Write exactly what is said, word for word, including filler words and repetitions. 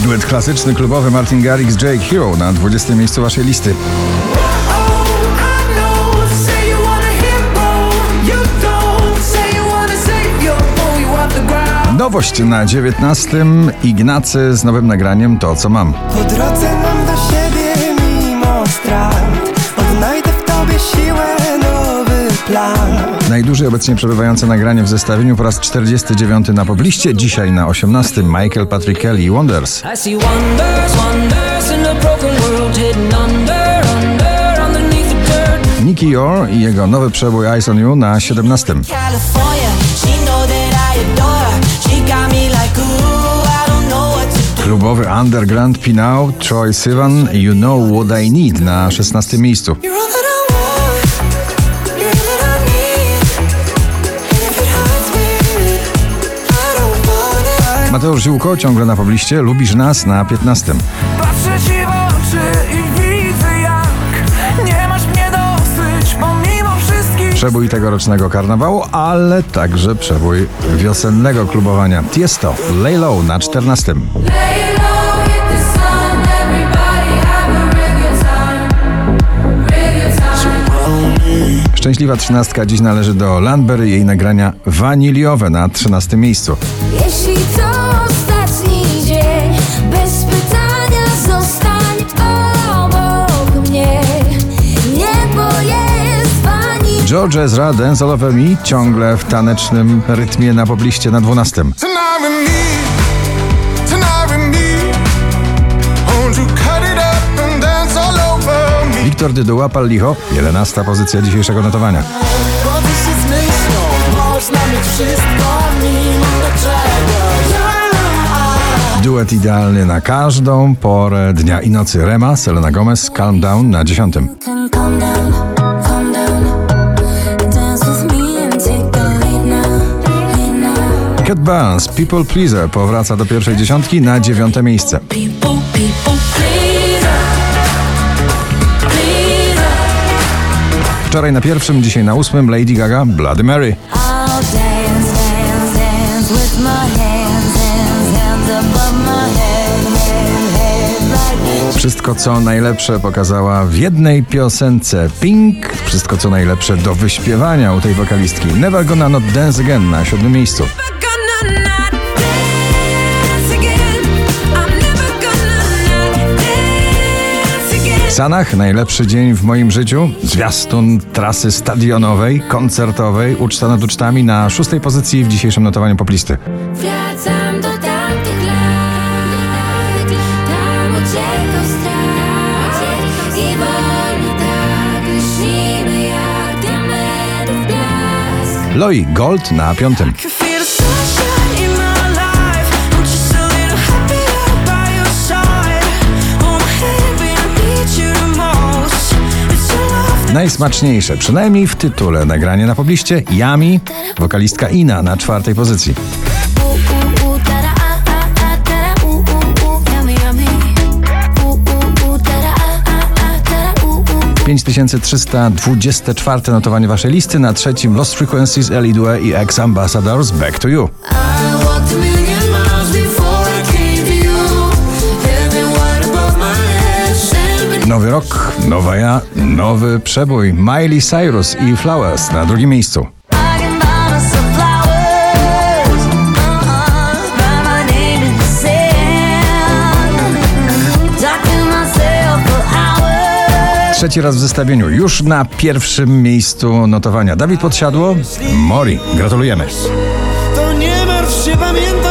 Duet klasyczny, klubowy Martin Garrix, Jake Hero na dwudziestym miejscu waszej listy. Nowość na dziewiętnastym. Ignacy z nowym nagraniem To, co mam. Po drodze mam do siebie mimo strat. Odnajdę w tobie siłę, nowy plan. Najdłużej obecnie przebywające nagranie w zestawieniu po raz czterdziesty dziewiąty na pobliście. Dzisiaj na osiemnastym Michael Patrick Kelly i Wonders. Nicky Yor i jego nowy przebój Eyes on You na siedemnastym. Klubowy underground P Now, Troye Sivan, You Know What I Need na szesnastym miejscu. Mateusz Ziółko ciągle na pobliście, Lubisz nas na piętnastym. Patrzę ci w oczy i widzę, jak nie masz mnie dosyć pomimo wszystkich. Przebój tegorocznego karnawału, ale także przebój wiosennego klubowania. Tiesto, Lay Low na czternastym. Szczęśliwa trzynastka dziś należy do Landberry, jej nagrania Waniliowe na trzynastym miejscu. Jeśli to ostatni dzień, bez pytania zostań obok mnie. Niebo jest waniliowe. George Ezra, Dance All Over Me, ciągle w tanecznym rytmie na pobliście na dwunastym. Wiktor Dyduła, Pal Licho, jedenasta pozycja dzisiejszego notowania. Duet idealny na każdą porę dnia i nocy. Rema, Selena Gomez, Calm Down na dziesiątym. Cat Barnes, People Pleaser powraca do pierwszej dziesiątki na dziewiąte miejsce. Wczoraj na pierwszym, dzisiaj na ósmym Lady Gaga, Bloody Mary. Wszystko co najlepsze pokazała w jednej piosence Pink. Wszystko co najlepsze do wyśpiewania u tej wokalistki. Never Gonna Not Dance Again na siódmym miejscu. Sanach, najlepszy dzień w moim życiu. Zwiastun trasy stadionowej, koncertowej, uczta nad ucztami na szóstej pozycji w dzisiejszym notowaniu poplisty. Wracam do tamtych lat, tam uciekał strach i wolno tak lśnimy jak diamentów blask. Loi, Gold na piątym. Najsmaczniejsze, przynajmniej w tytule, nagranie na pobliście Yummy, wokalistka Ina na czwartej pozycji. pięć tysięcy trzysta dwadzieścia czwarte notowanie waszej listy, na trzecim Lost Frequencies, Ellie Due i Ex Ambassadors, Back to You. Nowy rok, nowa ja, nowy przebój Miley Cyrus i Flowers na drugim miejscu. Trzeci raz w zestawieniu, już na pierwszym miejscu notowania. Dawid Podsiadło, Mori. Gratulujemy. To nie martw się, pamiętaj.